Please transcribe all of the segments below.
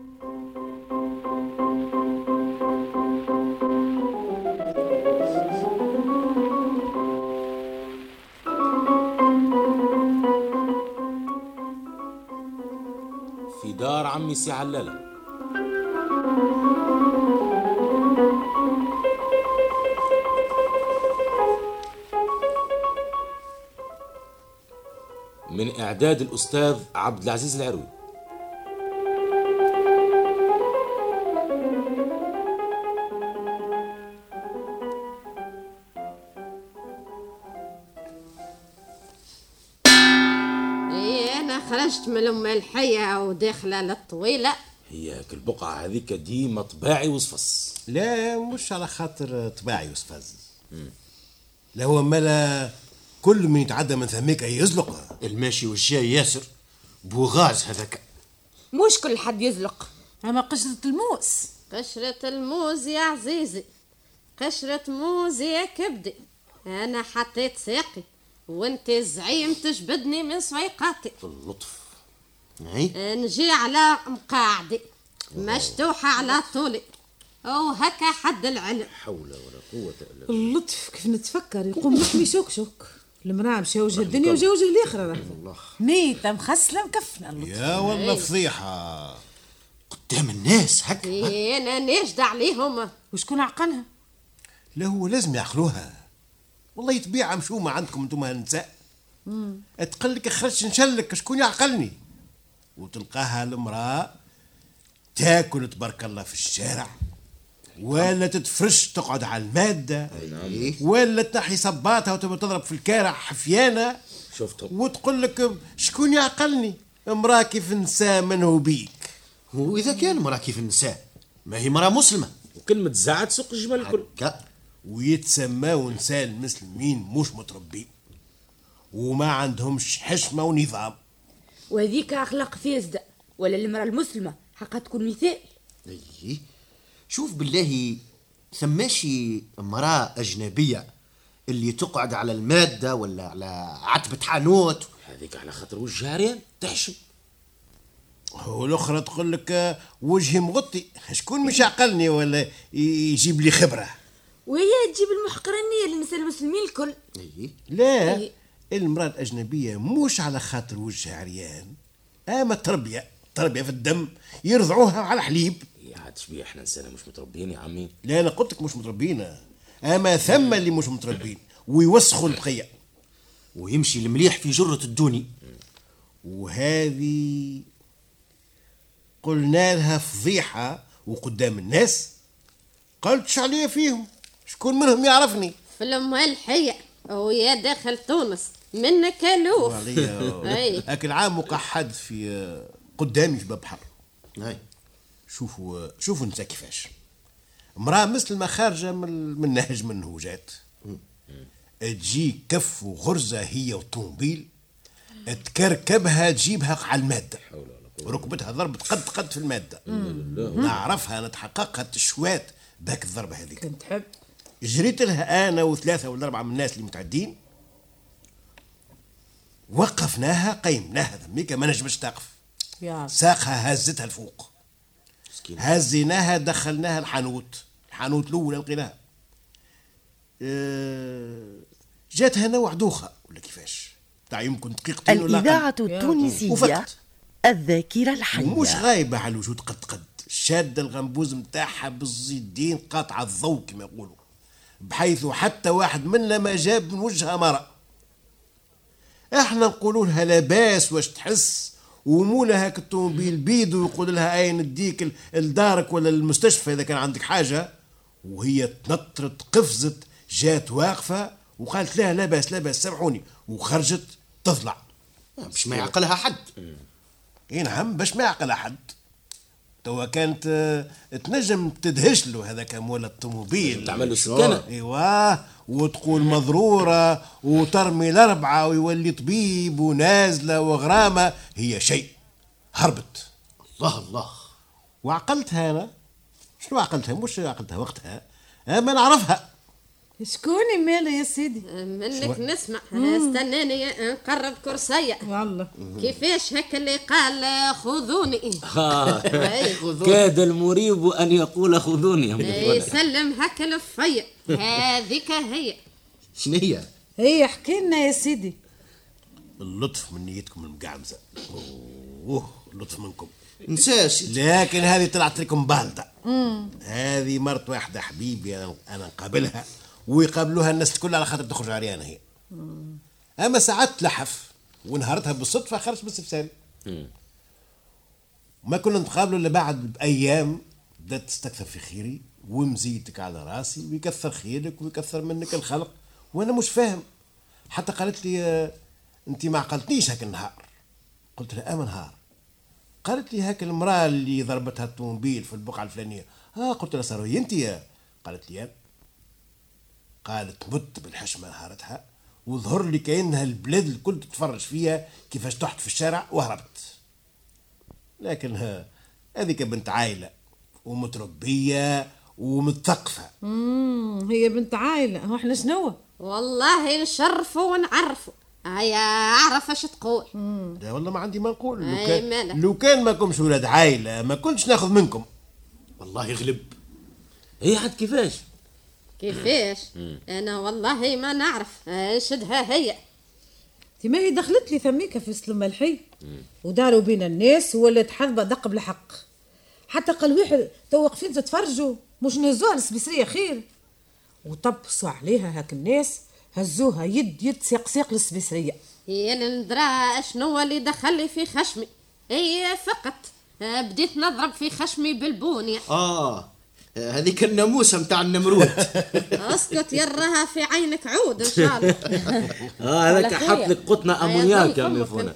في دار عمي سي علالة. من إعداد الأستاذ عبد العزيز العروي. خرجت من أم الحية وداخلة للطويلة. هياك البقعة هذيك ديما طباعي وصفص. لا مش على خاطر طباعي وصفز. لا هو مالا كل من يتعدى من ثميك أي يزلق. الماشي والجاي ياسر بوغاز هذاك. مش كل حد يزلق. أما قشرة الموز. قشرة الموز يا عزيزي، قشرة موز يا كبدي. أنا حطيت ساقي وانت زعيم تجبدني من صويقاتي. اللطف. نجي على مقاعدي مشتوحة على طولي وهكا حد العلم. حول ولا قوة إلا بالله. اللطف كيف نتفكر يقوم محمي شوك المرأة مشى وجه الدنيا وجه وجه الآخرة. ميتة مخسلة مكفنة. يا والله فضيحة قدام الناس هكا. أنا نجد عليهم. وشكون عقلها؟ لا هو لازم يعقلوها. والله طبيعة مشومة عندكم انتم هالنساء. تقلك خرجت نشلك شكون يعقلني. وتلقاها المرأة تاكل تبارك الله في الشارع، ولا تتفرش تقعد على المادة، ولا تنحي صباتها وتبى تضرب في الكارع حفيانة. شفتهم. وتقول لك شكون يعقلني. امرأة كيف النساء منه بيك. وإذا كان مرأة كيف النساء ما هي مرأة مسلمة، وكلمة زعت سوق الجمال الكل. ويتسماو نساء المسلمين مش متربين وما عندهمش حشمة ونظام. وهذيك أخلاق فاسدة. ولا المرأة المسلمة حقا تكون مثال. اي شوف بالله ثماشي امرأة أجنبية اللي تقعد على المادة ولا على عتبة حانوت. هذيك على خاطر وجهها عريان تحشم. والاخرى تقول لك وجهي مغطي. شكون مش عقلني ولا يجيب لي خبرة. وهي تجيب المحقرنية للنساء المسلمين الكل. لا المرأة الأجنبية مش على خاطر وجهها عريان، أما تربية في الدم يرضعوها على حليب. يا عاد شبيه احنا نسانا مش متربيين يا عمي. لا أنا قلت لك مش متربيين، أما ثم اللي مش متربين ويوسخوا البقية ويمشي المليح في جرة الدوني. وهذه قلنا لها فضيحة وقدام الناس قلتش عليها فيهم. شكون منهم يعرفني في الأم الحية ويا داخل تونس منك ألوف. أكل عام مقحد في قدامي في باب حر. شوفوا نسا كيفاش امرأة مسلمة خارجة من نهج من نهوجات تجي كف وغرزة هي والطومبيل تكركبها تجيبها على المادة. ركبتها ضربت قد في المادة. نعرفها نتحققها التشوات باك الضربة هذيك. كنت حب جريت لها أنا وثلاثة ولا أربعة من الناس اللي متعدين، وقفناها قيمناها ذميك ما نجمش تقف. ساقها هزتها الفوق. هزيناها دخلناها الحانوت الأول لقيناها. جاتها نوع دوخة ولا كيفاش تاع يمكن دقيقتين ولا الإذاعة التونسية الذاكرة الحية. ومش غايبة على الوجود قد شادة الغنبوز متاعها بالزيدين قاطعة الضوء كما يقولوا، بحيث حتى واحد منا ما جاب من وجهها مرأة. احنا نقولوا لها لاباس واش تحس، ومولها كالطوموبيل بيدو يقول لها اين نديك لدارك ولا المستشفى اذا كان عندك حاجة، وهي تنطرت قفزت جات واقفة وقالت لها لاباس سامحوني وخرجت تطلع. باش ما يعقلها حد. اي نعم باش ما يعقلها حد. توا كانت تنجم تدهش له هذاك مول الطوموبيل تعمل له سكانة. ايوه وتقول مضرورة وترمي الأربعة ويولي طبيب ونازلة وغرامة. هي شيء هربت. الله وعقلتها أنا. شنو عقلتها؟ مش عقلتها وقتها، أما نعرفها. شكوني ماله يا سيدي؟ منك نسمع. استناني نقرب كرسية. والله كيفاش هكا اللي قال خذوني؟ كاد المريب أن يقول خذوني. يسلم هكا الفيا. هذيك هي. شنية؟ هي حكي لنا يا سيدي. اللطف من نيتكم المقعمزة. اللطف منكم. نساش. لكن هذه طلعت لكم بالطة. هذه مرت واحدة حبيبي أنا نقابلها ويقابلوها الناس الكل على خاطر تخرج عريانة هي. أما ساعات تلحف ونهارتها بالصدفة خرجت بالسفساري. ما كنا نتقابلوا إلا بعد بأيام بدأت تستكثر في خيري ومزيتك على راسي ويكثر خيرك ويكثر منك الخلق وأنا مش فاهم. حتى قالت لي أنت ما عقلتنيش هاك النهار. قلت لها أما نهار؟ قالت لي هاك المرأة اللي ضربتها الطوموبيل في البقعة الفلانية. قلت لها صاروي انت؟ قالت لي قالت مت بالحشمة نهارتها وظهر لي كأنها البلاد الكل تتفرج فيها كيفاش تحت في الشارع وهربت. لكن هذيك بنت عائلة ومتربية ومتثقفة. هي بنت عائلة واحنا شنو؟ والله نشرفوا ونعرفوا. هيا اعرف اش تقول. لا والله ما عندي ما نقول. مالك. لو كان ما كنتش ولاد عائلة ما كنتش ناخذ منكم. والله يغلب. هي عاد كيفاش انا والله ما نعرف. شدها هي. ما هي دخلت لي ثميكة في سلم الحي وداروا بين الناس ولات حربة دق بالحق. حتى قال واحد تو واقفين تتفرجوا مش نهزوها السبيسرية خير وطبسوا عليها هاك الناس هزوها يد سيق للسبيسرية. هي ندرى شنو اللي دخل لي في خشمي. هي فقط بديت نضرب في خشمي بالبونية. هذيك الناموسة متاع النمرود. اسكت يراها في عينك عود ان شاء الله. هذاك حط لك قطنة أمونياك يا ميفونة.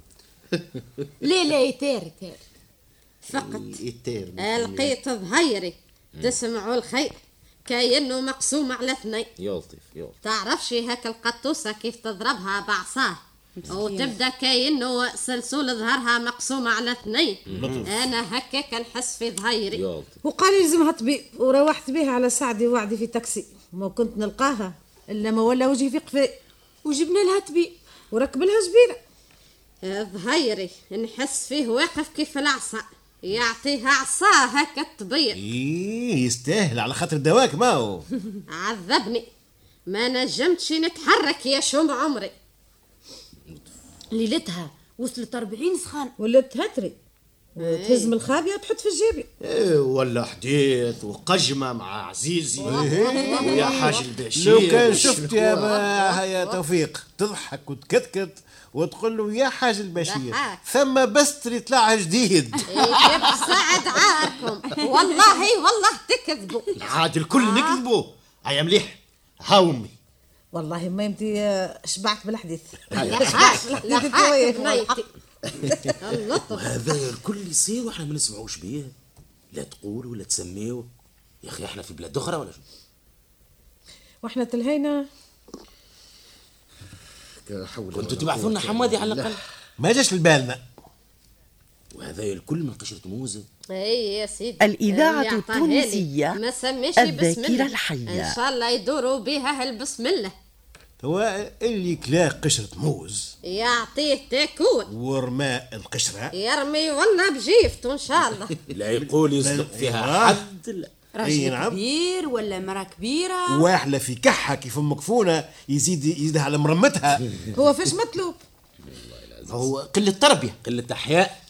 لا يتير فقط لقيت ظهيري تسمعوا الخير كأنه مقسوم على اثنين. يلطف تعرفش هاك القطوسة كيف تضربها بعصاه وتبدا كأنه سلسول ظهرها مقسومة على اثنين. انا هكا كنحس في ظهيري. وقال لي لازمها طبيب وروحت بها على سعدي ووعدي في تاكسي ما كنت نلقاها الا ما ولا وجهي في قفاي وجبنا لها طبيب وركب لها جبيره. ظهيري نحس فيه واقف كيف العصا يعطيها عصاه هكا الطبيب. يستاهل على خاطر دواك ما هو. عذبني ما نجمتش نتحرك يا شوم عمري. ليلتها وصلت 40 سخان ولا تهتري تهز من الخابية تحط في الجيبي. ولا حديث وقجمة مع عزيزي ويا حاج البشير. لو كان شفت يا توفيق تضحك وتكتكت وتقول له يا حاج البشير ثم بستري طلع جديد. كيف سعد عاركم والله تكذبوا. عاد الكل نكذبوا. هيا مليح ها امي. والله ما يمتي شبعت بالحديث. وهذا الكل يصير واحنا ما نسمعوش بيه. لا تقول ولا تسميه يا اخي. احنا في بلاد اخرى ولا شو؟ واحنا تلهينا. كنتوا تبعثوا لنا حمادي على الاقل. ما جاش لبالنا. وهذا الكل من قشرة موزة. اي يا سيدي. الإذاعة التونسية ما سميش الذاكرة الحية. ان شاء الله يدوروا بها البسم الله. هو اللي كلا قشرة موز يعطيه تاكول ورماء القشرة يرمي ولا بجيفته ان شاء الله. لا يقول يصدق فيها حد. لا راجل كبير ولا مرأة كبيرة واحلة في كحة كيف مكفونة يزيدها على مرمتها. هو فاش مطلوب؟ هو قلة تربية قلة أحياء.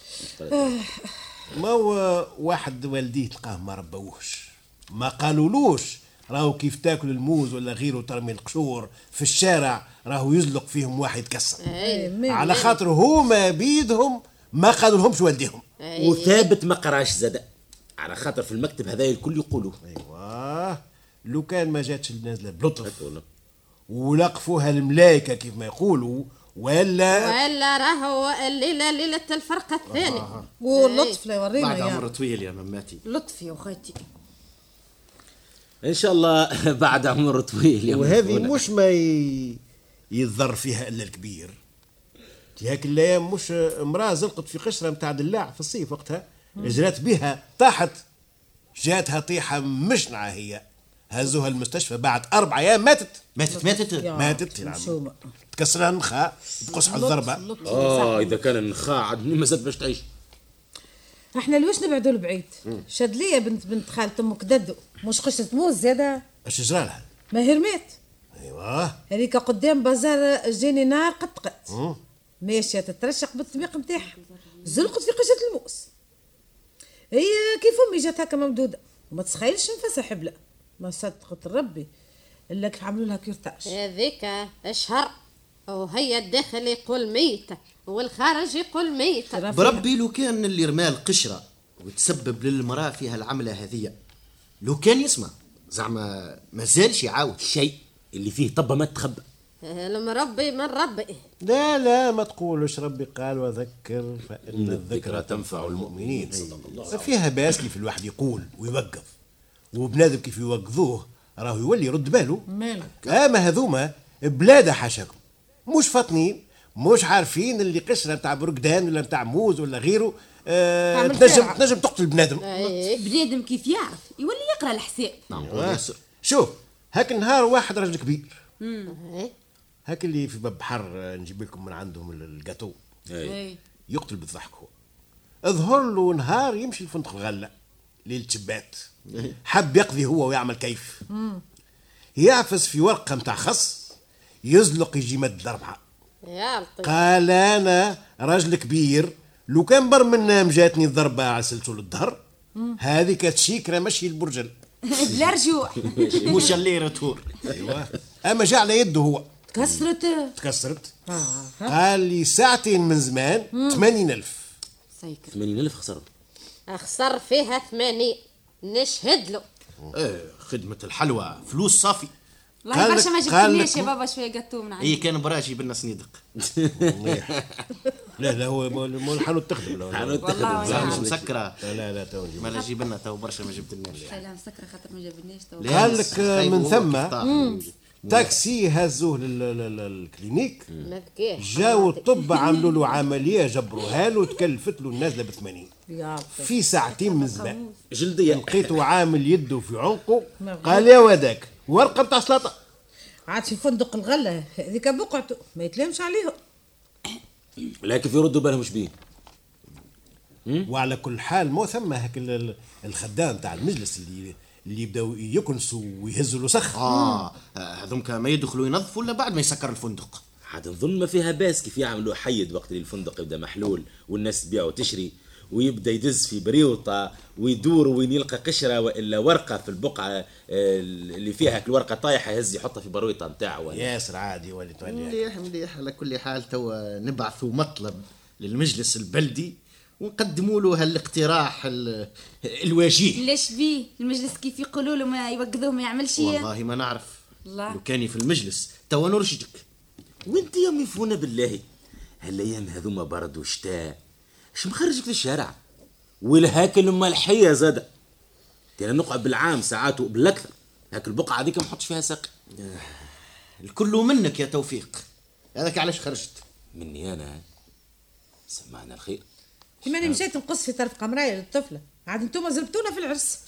ما هو واحد والديه تلقاه ما ربوش ما قالولوش راهو كيف تاكل الموز ولا غيره ترمي القشور في الشارع راهو يزلق فيهم واحد يتكسر. على خاطر هما بيدهم ما قالوا لهمش والديهم. وثابت ما قراش زاد على خاطر في المكتب هذا الكل يقولوا. ايوه لو كان ما جاتش النازله بلطف ولقفوها الملايكه كيف ما يقولوا ولا راهو الليله ليله الفرقه الثانيه. واللطف لا يورينا بعد عمر طويل يا مماتي. لطفي وخيتي ان شاء الله بعد عمر طويل. وهذه مش ما يضر فيها الا الكبير. هاك الايام مش امراه زلقت في قشره متاع دلاع في الصيف وقتها جرات بها طاحت جاتها طيحه مشنعه هي هزوها المستشفى بعد 4 أيام ماتت. ماتت نعم. شومة. تكسر لها النخاع بقصح الضربة. إذا كان النخاع عاد ما زاد باش تعيش. احنا لوش نبعدوا لبعيد؟ شاد ليا بنت خالة امك ددو، مش قشة موز زيادة. اش جرى لها؟ ما هرمات. ايوه هذيك قدام بازار جاني نار قطقت. ماشية تترشق بالطبيق نتاعها، زلقت في قشة الموز. هي كيف امي جات هكا ممدودة وما تسخيلش نفسها حبلة، ما صدقت ربي الا كيف عملوا لها كيرتاج. هذيك اشهر وهي الداخل يقول ميتة والخارج يقول ميتة. بربي لو كان اللي رمى القشرة وتسبب للمرأة فيها العملة هذه، لو كان يسمع زعما ما زالش يعاود شيء اللي فيه طبة ما تخبى. المربي من ربي. لا ما تقولش ربي قال وذكر فإن الذكرى تنفع المؤمنين. فيها باس كيف الواحد يقول ويوقف، وبنادم كيف يوقفوه راهو يولي يرد باله. مالك اما هذوما بلاد حاشاكم مش فاطنين، مش عارفين اللي قشره نتاع برقدان ولا نتاع موز ولا غيره تنجم تقتل بنادم. بنادم كيف يعرف يولي يقرا الحساب. شوف هاك النهار واحد راجل كبير هاك اللي في باب بحر نجيب لكم من عندهم الجاتو يقتل بالضحك. هو اظهر له نهار يمشي لفندق الغله ليله شبات، حب يقضي هو ويعمل كيف يعفس في ورقه متاع خص يزلق يجي مد 4. يا لطيف. قال انا راجل كبير لو كان بر من نام جاتني الضربه على سلسله الظهر هذه كانت شيكره مشي البرجل لا رجوع. مش اللي رتور. ايوه اما جا على يده هو تكسرت. قال لي ساعتين من زمان 80,000. 80,000 خسر فيها 80. نشهد له. خدمة الحلوى فلوس صافي. والله برشا ما جبتنيش يا بابا شويه قطو من عندي. كان براجي بالنا صنيدق. لا هو الحانوت تخدم والله مش مسكره. لا تو ما لا جيب لنا تو برشا ما جبتلناش. لا مسكره خاطر ما جابنيش تو. قال لك من ثم تاكسي هزوه للكلينيك جاو الطب عملوا له عمليه جبروها له تكلفت له النازله ب80 في ساعتين من زمان. جلديه لقيته عامل يده في عنقه قال يا وداك ورقه بتاع سلطه عاد في فندق الغله هذيك بقعته ما يتلامش عليهم، لكن في يردوا بالهم مش بيه. وعلى كل حال مو ثم هاك الخدام تاع المجلس اللي يبداو يكنسوا ويهزوا له سخ. هذوك ما يدخلوا ينظفوا الا بعد ما يسكر الفندق. عاد نظن ما فيها باس كيف يعملوا حيد وقت اللي الفندق يبدا محلول والناس تبيع وتشري ويبدا يدز في بريوطه ويدور وين يلقى قشره والا ورقه في البقعه اللي فيها الورقه طايحه يهز يحطها في برويطه نتاعو. ياسر عادي ولي مليح. على كل حال توا نبعثوا مطلب للمجلس البلدي ونقدموا له هالاقتراح الوجيه. ليش بيه المجلس كيف يقولوا له ما يوقذوه ما يعملش؟ والله ما نعرف. لو كاني في المجلس توا نرشدك. وانت يا ميفونه بالله هالايام هذوما برد وشتاء اش مخرجك للشارع والهاكل ملحيه زاده كان نقعد بالعام ساعات وبالاكثر هاك البقعه هذيك ما نحطش فيها ساق. الكل منك يا توفيق. هذاك علاش خرجت مني انا سمعنا الخير. كيما انا مشيت نقص في طرف قمرايه للطفله عاد انتم زربتونا في العرس.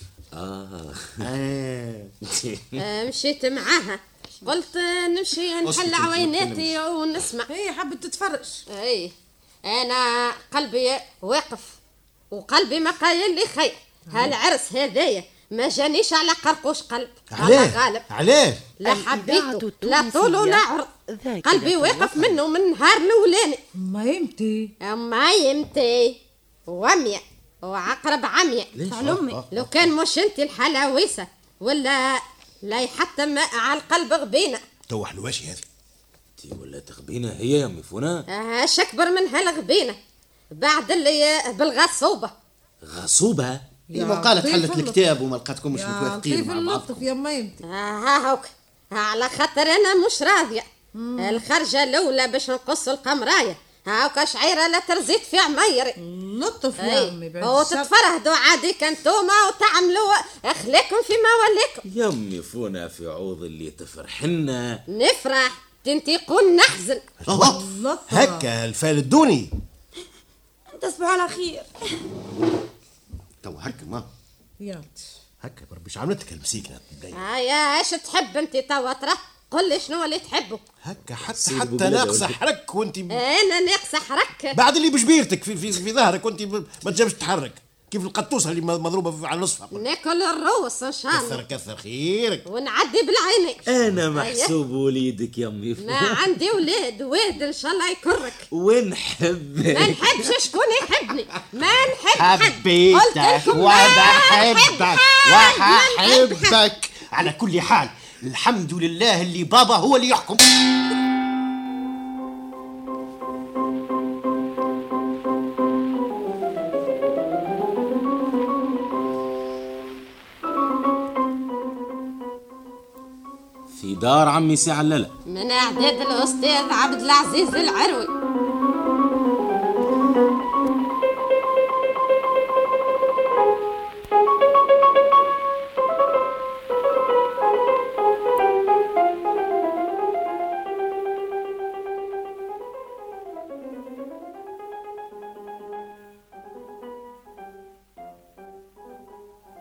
مشيت معاها قلت نمشي نحل عويناتي ونسمع. هي حبت تتفرج. انا قلبي واقف وقلبي ما قايل لي خير. هالعرس هذايا ما جانيش على قرقوش قلب. علاه لا حبيته لا طول ولا عرض. قلبي واقف منه من نهار الاولاني. ما يمتي ومية وعقرب عمية تعلمي. لو كان مش انت الحلاويسة ولا لا يحتم على القلب غبينة. تو حلواشي هذه تي ولا تغبينة هي يا ميفونة. اش اكبر من هالغبينة بعد اللي بالغصوبة. غصوبة ما قالت حلت الكتاب وما لقاتكم مش متوافقين مع بعضكم. يا ما يمتي هاوك على خاطر انا مش راضية. الخرجة الاولى باش نقص القمراية هاوك شعيرة لا ترزيت في عميري. لطف يا امي وتتفرهدوا عادي كنتوما وتعملوا اخلاكم فيما وليكم. يا ميفونة في عوض اللي تفرحنا نفرح تنتيقون نحزن. هكا الفال الدوني. تصبحوا على خير. تو هكا ما يلا هكا بربي عملتك المسيكنة يا ايش تحب انت توا ترى؟ قل لي شنو اللي تحبه. هكا حتى ناقصة حرك وانت انا ناقصة حرك بعد اللي بجبيرتك في ظهرك وانت ما تجابش تتحرك كيف القطوسة اللي مضروبة على نصفها. ناكل الروس ان شاء الله. كثر خيرك ونعدي بالعينين. انا محسوب وليدك يا امي. ما عندي ولاد واد ان شاء الله يكرك. ونحب ما نحبش شكون يحبني. ما نحب حبيتك وبحبك وححبك. على كل حال الحمد لله اللي بابا هو اللي يحكم. في دار عمي سي علالة من اعداد الاستاذ عبد العزيز العروي.